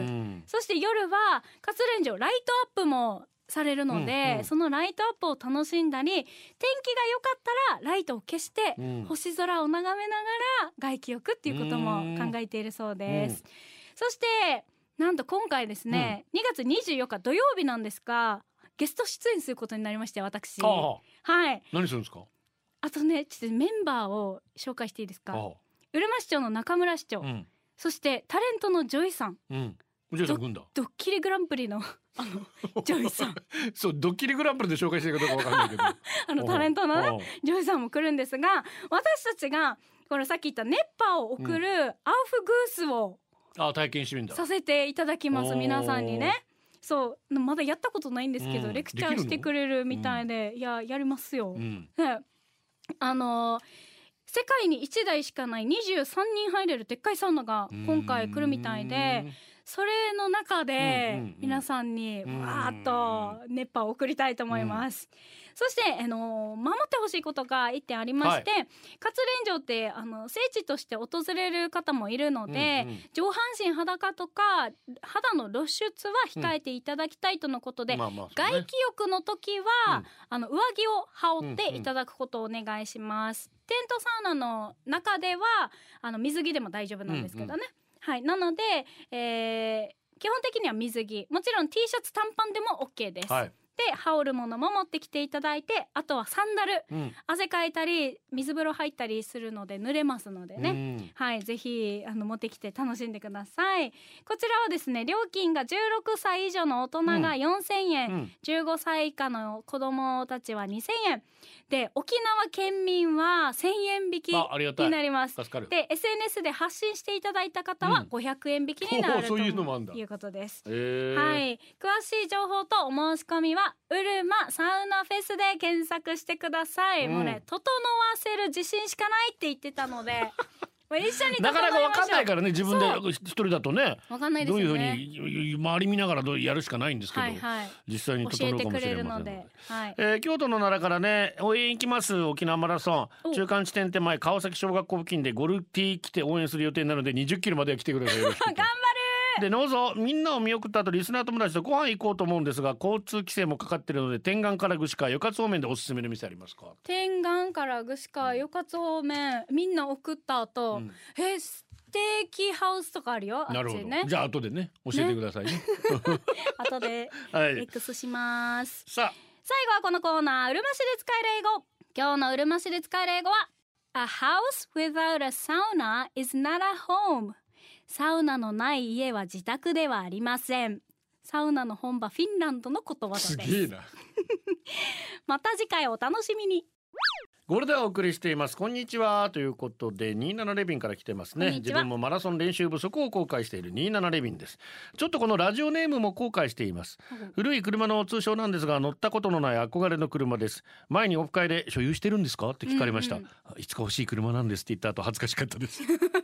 そして夜は活連城ライトアップもされるので、うんうん、そのライトアップを楽しんだり天気が良かったらライトを消して、うん、星空を眺めながら外気浴っていうことも考えているそうです、うん、そしてなんと今回ですね、うん、にがつにじゅうよっか土曜日なんですがゲスト出演することになりまして私ああはい何するんですか。 あとねちょっとメンバーを紹介していいですか。うるま市長の中村市長、うん、そしてタレントのジョイさん、うん、ジョイさん来んだ。ドッキリグランプリのあのジョイさんそうドッキリグランプリで紹介してるかどうかわかんないけどあのタレントのねジョイさんも来るんですが、私たちがこれさっき言った熱波を送るアウフグースを、 うん、あ体験してみんださせていただきます皆さんにね。そうまだやったことないんですけど、うん、レクチャーしてくれるみたいで、うん、いややりますよ、うんね、あのー、世界にいちだいしかないにじゅうさんにん入れるでっかいサウナが今回来るみたいで、それの中で皆さんにわーっと熱波を送りたいと思います、うん、そして、あのー、守ってほしいことがいってんありまして、はい、活連城ってあの聖地として訪れる方もいるので、うんうん、上半身裸とか肌の露出は控えていただきたいとのことで、うんまあまあね、外気浴の時は、うん、あの上着を羽織っていただくことをお願いします、うんうん、テントサウナの中ではあの水着でも大丈夫なんですけどね、うんうんはい、なので、えー、基本的には水着もちろん T シャツ短パンでも OK です、はい、で羽織るものも持ってきていただいて、あとはサンダル、うん、汗かいたり水風呂入ったりするので濡れますのでね、うん、はいぜひあの持ってきて楽しんでください。こちらはですね料金がじゅうろくさい以上の大人がよんせんえん、うん、じゅうごさい以下の子供たちはにせんえんで、沖縄県民はせんえん引きになります。で エスエヌエス で発信していただいた方はごひゃくえん引きになる、うん、ということです、はい、詳しい情報とお申し込みはうるまサウナフェスで検索してください、うん、もうね整わせる自信しかないって言ってたので一緒になかなか分かんないからね自分で一人だとね分かんないですよね。 どういうふうに周り見ながらどうやるしかないんですけど、はいはい、実際に整うかもしれませんので、はいえー、京都の奈良からね応援行きます。沖縄マラソン中間地点手前川崎小学校付近でゴルティ来て応援する予定なのでにじゅっキロまでは来てください。よろしく頑張るでどうぞ。みんなを見送った後リスナー友達とご飯行こうと思うんですが交通規制もかかっているので天眼から串川与勝方面でおすすめの店ありますか。 天眼から串川与勝方面みんな送った後、うん、えステーキハウスとかあるよ。 なるほど、ね、じゃあ後でね教えてくださいね後で X します、 はい、さあ最後はこのコーナーうるま市で使える英語。今日のうるま市で使える英語は A house without a sauna is not a home。サウナのない家は自宅ではありません。サウナの本場フィンランドのことわざです。 すげえなまた次回お楽しみに。 ゴールでお送りしていますこんにちはということでにじゅうななレビンから来てますね。自分もマラソン練習不足を後悔しているにじゅうななレビンです。ちょっとこのラジオネームも後悔しています、うん、古い車の通称なんですが乗ったことのない憧れの車です。前にオフ会で所有してるんですかって聞かれました、うんうん、いつか欲しい車なんですって言った後恥ずかしかったです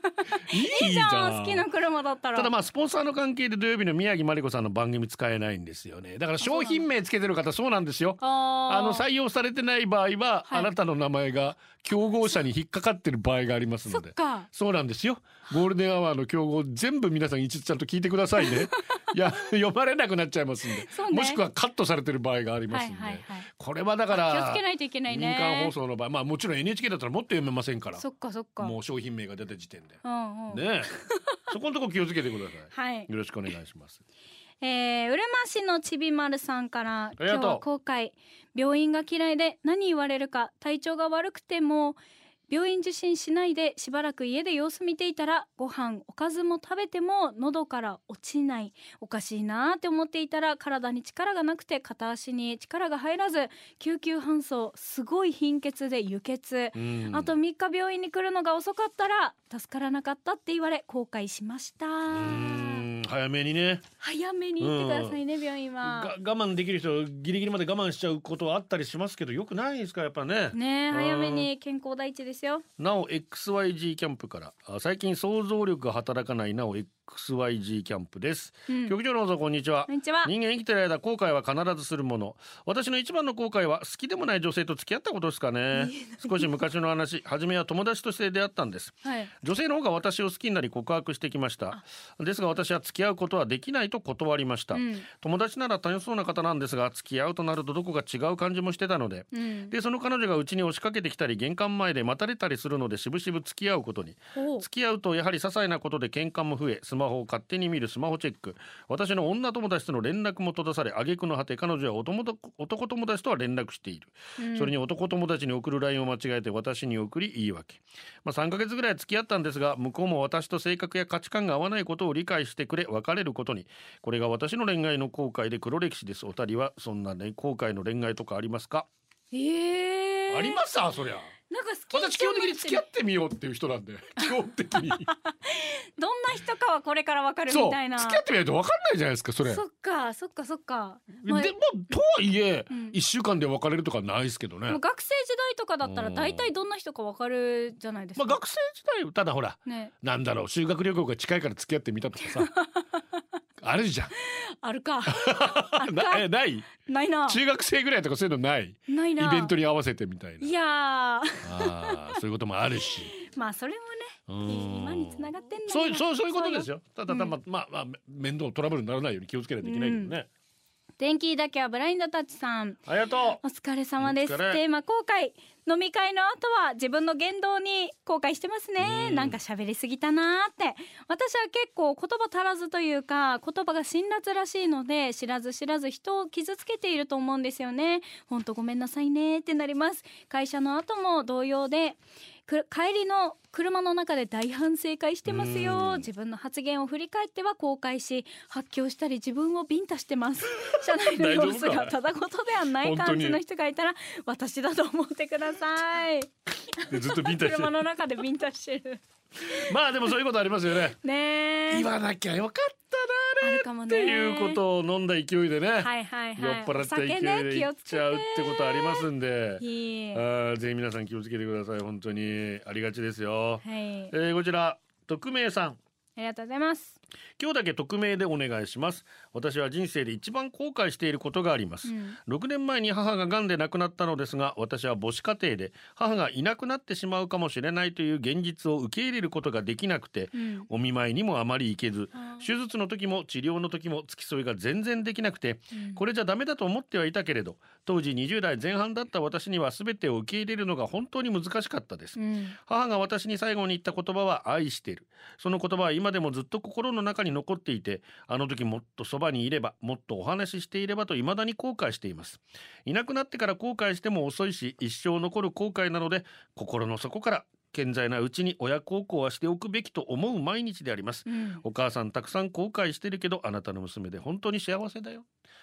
いいじいいじゃゃんん好きな車だったら。 ただまあスポンサーの関係で土曜日の宮城真理子さんの番組使えないんですよね。だから商品名つけてる方そうなんですよ。 ああの採用されてない場合は、 はいあなたの名前が競合者に引っかかってる場合がありますので。 そっか。 そうなんですよ。ゴールデンアワーの競合全部皆さん一つちゃんと聞いてくださいね。いや読まれなくなっちゃいますんで、 そうねもしくはカットされてる場合がありますんで、 はいはいはいこれはだから気をつけないといけないね。 民間放送の場合、まあもちろん エヌエイチケー だったらもっと読めませんからそっかそっか。 もう商品名が出た時点でうんうん。 ねえそこのとこ気をつけてください。 はい。 よろしくお願いします。 えー、うるま市のちびまるさんからありがとう今日は後悔。病院が嫌いで何言われるか体調が悪くても病院受診しないでしばらく家で様子見ていたらご飯おかずも食べても喉から落ちない。おかしいなって思っていたら体に力がなくて片足に力が入らず救急搬送すごい貧血で輸血、 うんあとみっか病院に来るのが遅かったら助からなかったって言われ後悔しました。 うん早めにね早めに行ってくださいね、病院は。 が我慢できる人ギリギリまで我慢しちゃうことはあったりしますけどよくないですかやっぱね。 ねえうん早めに健康第一ですよ。 なお エックスワイジー キャンプからあ最近想像力が働かないなお エックスワイジー キャンプです、 うん局長のおさんこんにちは。 こんにちは。 人間生きてる間後悔は必ずするもの。私の一番の後悔は好きでもない女性と付き合ったことですかね。少し昔の話、初めは友達として出会ったんです。 はい。 女性の方が私を好きになり告白してきました。ですが私は付き合うことはできないと断りました、 うん友達なら楽しそうな方なんですが付き合うとなるとどこか違う感じもしてたので、 うん。 でその彼女がうちに押しかけてきたり玄関前で待たれたりするのでしぶしぶ付き合うことに。 ほう。 付き合うとやはり些細なことで喧嘩も増えスマホを勝手に見るスマホチェック、私の女友達との連絡も閉ざされ挙句の果て彼女はお友達男友達とは連絡している、 うんそれに男友達に送る ライン を間違えて私に送り言い訳、まあ、さんかげつぐらい付き合ったんですが向こうも私と性格や価値観が合わないことを理解してくれ別れることに。これが私の恋愛の後悔で黒歴史です。お二人はそんな、ね、後悔の恋愛とかありますか？ ええー。 ありますかそりゃ。 なんか好き私基本的に付き合ってみようっていう人なんで基本的にどんな人かはこれからわかるそうみたいな。 付き合ってみないと分かんないじゃないですかそれ。 そっかそっかそっか。まあでもとはいえ、 うんいっしゅうかんで別れるとかないですけどね。 でも学生時代とかだったら大体どんな人かわかるじゃないですか。 まあ、学生時代ただほらね。 なんだろう修学旅行が近いから付き合ってみたとかさあるじゃん。 あるか。あるかなえないないな。 中学生ぐらいとかそういうのないないな。 イベントに合わせてみたいな。 いやーあーそういうこともあるしまあそれもねうん今に繋がってんだそうそうそういうことですよ。ただただ、 うんまあまあまあ面倒トラブルにならないように気をつけないといけないけどね、 天気だけはブラインドタッチさんありがとお疲れ様です。 お疲れテーマ後悔。飲み会の後は自分の言動に後悔してますね。 うんなんか喋りすぎたなーって。私は結構言葉足らずというか言葉が辛辣らしいので知らず知らず人を傷つけていると思うんですよね。ほんとごめんなさいねってなります。会社の後も同様でく帰りの車の中で大反省会してますよ。自分の発言を振り返っては後悔し発狂したり自分をビンタしてます社内の様子がただごとではない感じの人がいたら私だと思ってください。 うずっとビンタして車の中でビンタしてるまあでもそういうことありますよね。 ねえ言わなきゃよかったなあるかもねっていうことを飲んだ勢いでね、 はいはいはい酔っ払った勢いお酒ねで言っちゃうってことありますんで、 いいあーぜひ皆さん気をつけてください。本当にありがちですよ、 はいえーこちら匿名さん、 ありがとうございます。 今日だけ匿名でお願いします。私は人生で一番後悔していることがあります、 うんろくねんまえに母が癌で亡くなったのですが私は母子家庭で母がいなくなってしまうかもしれないという現実を受け入れることができなくて、 うんお見舞いにもあまり行けずあー手術の時も治療の時も付き添いが全然できなくて、 うんこれじゃダメだと思ってはいたけれど当時にじゅう代前半だった私には全てを受け入れるのが本当に難しかったです、 うん母が私に最後に言った言葉は愛してる。その言葉は今でもずっと心の中に残っていてあの時もっとそばにいればもっとお話ししていればと未だに後悔しています。いなくなってから後悔しても遅いし一生残る後悔なので心の底から健在なうちに親孝行はしておくべきと思う毎日であります、 うんお母さんたくさん後悔してるけどあなたの娘で本当に幸せだよ。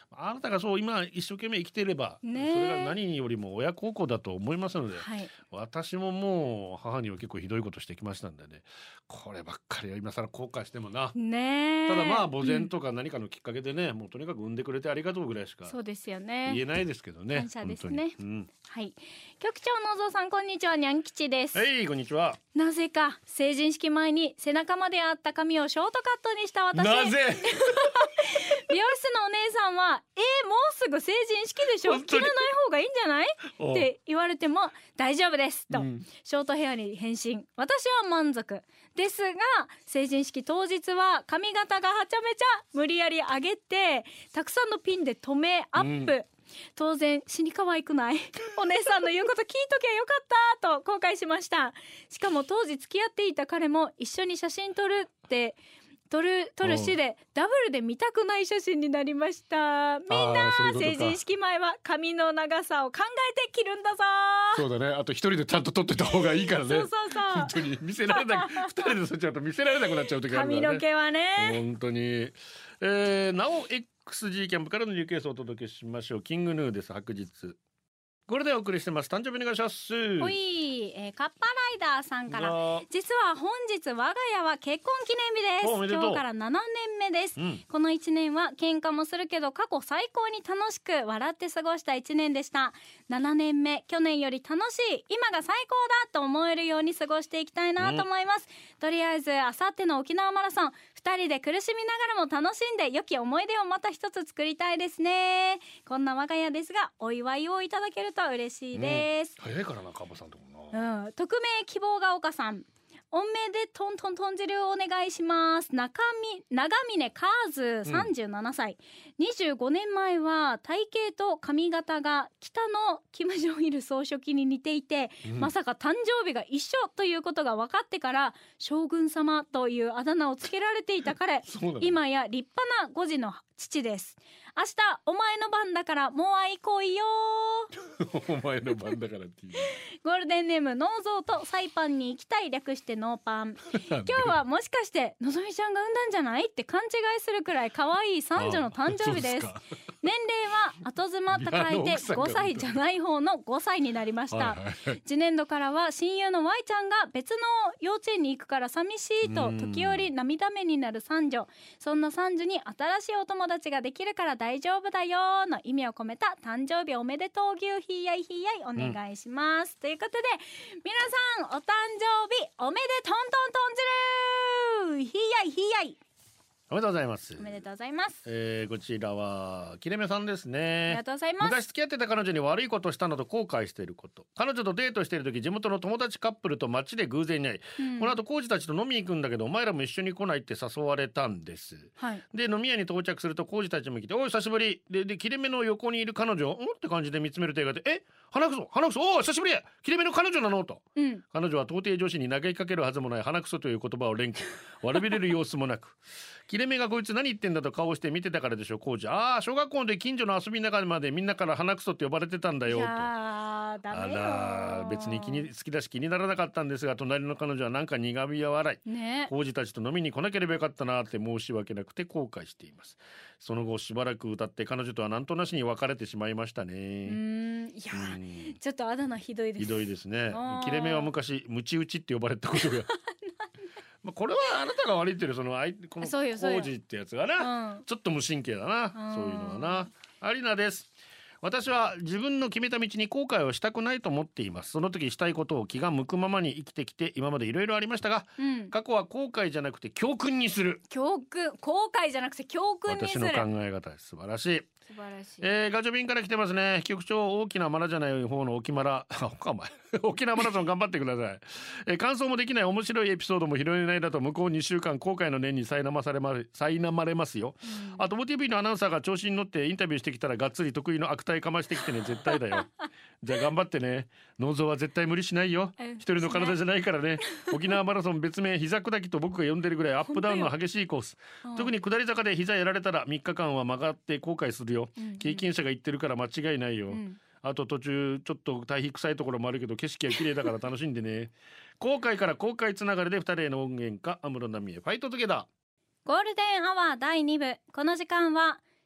あなたがそう今一生懸命生きていれば、 ね、 それが何よりも親孝行だと思いますので、 はい、 私ももう母には結構ひどいことしてきましたんでね、こればっかりは今更後悔してもな、 ね、 ただまあ墓前とか何かのきっかけでね、うん、もうとにかく産んでくれてありがとうぐらいしかそうですよね、 言えないですけどね。 感謝ですね、 うん、 はい、局長のぞうさんこんにちは、にゃん吉です。 はいこんにちは。 なぜか成人式前に背中まであった髪をショートカットにした私。 なぜ美容室のお姉さんはえー、もうすぐ成人式でしょ、切らない方がいいんじゃないって言われても大丈夫ですと、うん、ショートヘアに変身。私は満足ですが、成人式当日は髪型がはちゃめちゃ無理やり上げてたくさんのピンで留めアップ、うん、当然死に可愛くないお姉さんの言うこと聞いときゃよかったと後悔しました。しかも当時付き合っていた彼も一緒に写真撮るって撮る撮るしでダブルで見たくない写真になりました。みんな成人式前は髪の長さを考えて切るんだぞ。 そうだね、あと一人でちゃんと撮ってた方がいいからね。そうそうそう、本当に見せられなく二人でそっちゃうと見せられなくなっちゃう時あるからね、 髪の毛はね本当に、えー、なお エックスジー キャンプからのニューケースをお届けしましょう。キングヌーです。白日これでお送りしてます。誕生日お願いします。 ほい、えー、カッパライダーさんから、実は本日我が家は結婚記念日です。今日からななねんめです、うん、このいちねんは喧嘩もするけど過去最高に楽しく笑って過ごしたいちねんでした。ななねんめ、去年より楽しい、今が最高だと思えるように過ごしていきたいなと思います、うん、とりあえずあさっての沖縄マラソンふたりで苦しみながらも楽しんで良き思い出をまた一つ作りたいですね。こんな我が家ですがお祝いをいただけると嬉しいです、 うん、早いからなカバさんともな、 うん、匿名希望が丘さん、おめでとんとんとん汁をお願いします。中身長峰カーズさんじゅうななさい、うん、にじゅうごねんまえは体型と髪型が北のキム・ジョンイル総書記に似ていて、うん、まさか誕生日が一緒ということが分かってから将軍様というあだ名をつけられていた彼今や立派なご児の父です。明日お前の番だからもう愛来いよお前の番だからっていうゴールデンネームノーゾーとサイパンに行きたい、略してノーパン今日はもしかしてのぞみちゃんが産んだんじゃないって勘違いするくらい可愛い三女の誕生日です。年齢は後妻と書いてごさいじゃない方のごさいになりました、はいはい、次年度からは親友の Y ちゃんが別の幼稚園に行くから寂しいと時折涙目になる三女、そんな三女に新しいお友達ができるから大丈夫だよの意味を込めた誕生日おめでとう牛ひやいひやいお願いします、うん、ということで皆さんお誕生日おめでとんとんとん汁ひやいひやいおめでとうございます。 おめでとうございます、 えー、こちらはきれめさんですね。 ありがとうございます。 昔付き合ってた彼女に悪いことしたのと後悔していること。彼女とデートしている時地元の友達カップルと街で偶然に会い、うん、この後コーチたちと飲みに行くんだけどお前らも一緒に来ないって誘われたんです、はい、で飲み屋に到着するとコーチたちも来ておい久しぶりで、できれめの横にいる彼女をんって感じで見つめる手がでえ鼻くそ鼻くそおお久しぶりやきれめの彼女なのと、うん、彼女は到底女子に投げかけるはずもない鼻くそという言葉を連呼悪びれる様子もなくきれめがこいつ何言ってんだと顔して見てたからでしょコーチ。ああ小学校で近所の遊びの中までみんなから鼻くそって呼ばれてたんだよと。いやダメよ。あら別に気に好きだし気にならなかったんですが隣の彼女はなんか苦みや笑い、ね、コーチたちと飲みに来なければよかったなって申し訳なくて後悔しています。その後しばらく歌って彼女とはなんとなしに別れてしまいましたね。うーんいやーちょっとあだ名ひどいです。 ひどいですね。きれめは昔ムチ打ちって呼ばれたことがまあこれはあなたが悪いっていうそのこの工事ってやつがな、うん、ちょっと無神経だな、うん、そういうのはな。アリナです。私は自分の決めた道に後悔をしたくないと思っています。その時したいことを気が向くままに生きてきて今までいろいろありましたが、うん、過去は後悔じゃなくて教訓にする。 教訓後悔じゃなくて教訓にする。 私の考え方です。素晴らしい。 素晴らしい。 えー、ガチョビンから来てますね。局長大きなマラじゃない方の沖マラ沖縄マラソン頑張ってください、えー、感想もできない面白いエピソードも拾えないだと向こうにしゅうかん後悔の念に苛まされま苛まれますよ、うん、あと オーティーブイ のアナウンサーが調子に乗ってインタビューしてきたらがっつり得意の悪態かましてきてね絶対だよじゃあ頑張ってね。ノーゾーは絶対無理しないよ。一人の体じゃないからね。沖縄マラソン別名膝砕きと僕が呼んでるぐらいアップダウンの激しいコース、特に下り坂で膝やられたらみっかかんは曲がって後悔するよ、うんうん、経験者が言ってるから間違いないよ、うん、あと途中ちょっと対比臭いところもあるけど景色は綺麗だから楽しんでね後悔から後悔つながりでふたりへの音源か安室奈美恵ファイトトゥゲダー。 ゴールデンアワーだいに部、この時間は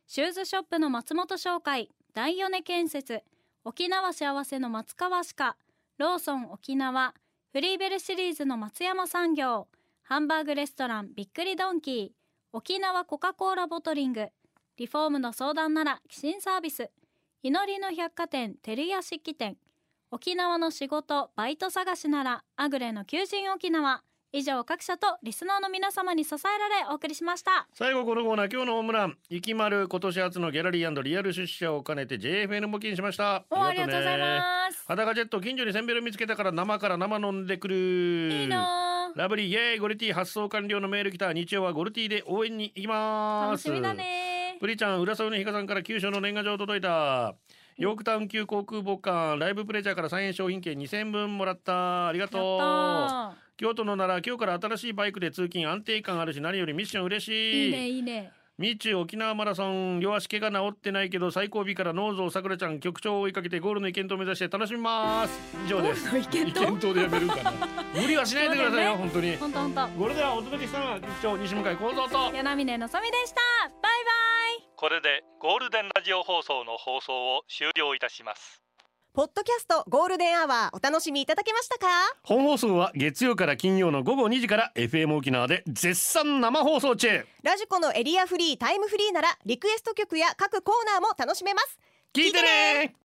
シューズショップの松本商会、大米建設、沖縄幸せの松川歯科、ローソン沖縄、フリーベルシリーズの松山産業、ハンバーグレストランびっくりドンキー、沖縄コカ・コーラボトリング、リフォームの相談なら寄進サービス、祈りの百貨店照屋漆器店、沖縄の仕事バイト探しならアグレの求人沖縄。以上各社とリスナーの皆様に支えられお送りしました。 最後このコーナー、今日のホームラン、いきまる今年初のギャラリー&リアル出社を兼ねて ジェイエフエヌ 募金しました。 おありがとうございます。 裸ジェット、近所にせんべろ見つけたから生から生飲んでくる。 いいな。 ラブリーイエーイ、ゴルティ発送完了のメール来た。日曜はゴルティで応援に行きます。 楽しみだね。 プリちゃん、浦添のひかさんから九州の年賀状届いた。ヨークタウン級航空母艦ライブプレジャーからさんえん商品券にせんぶんもらった。ありがとう。京都の奈良、今日から新しいバイクで通勤、安定感あるし何よりミッション嬉しい。 いいねいいね。 みちゅ沖縄マラソン、両足怪我治ってないけど最後尾からノーゾーさくらちゃん局長を追いかけてゴールの意見と目指して楽しみます。以上です。 意見と意見とでやめるかな無理はしないでくださいよ、ね、本当に本当本当。 これではお届けしたのは局長西向井幸三と柳峰のぞみでした。バイバイ。 これでゴールデンラジオ放送の放送を終了いたします。 ポッドキャストゴールデンアワーお楽しみいただけましたか？ 本放送は月曜から金曜の午後にじから エフエム 沖縄で絶賛生放送中。 ラジコのエリアフリータイムフリーならリクエスト曲や各コーナーも楽しめます。 聞いてね。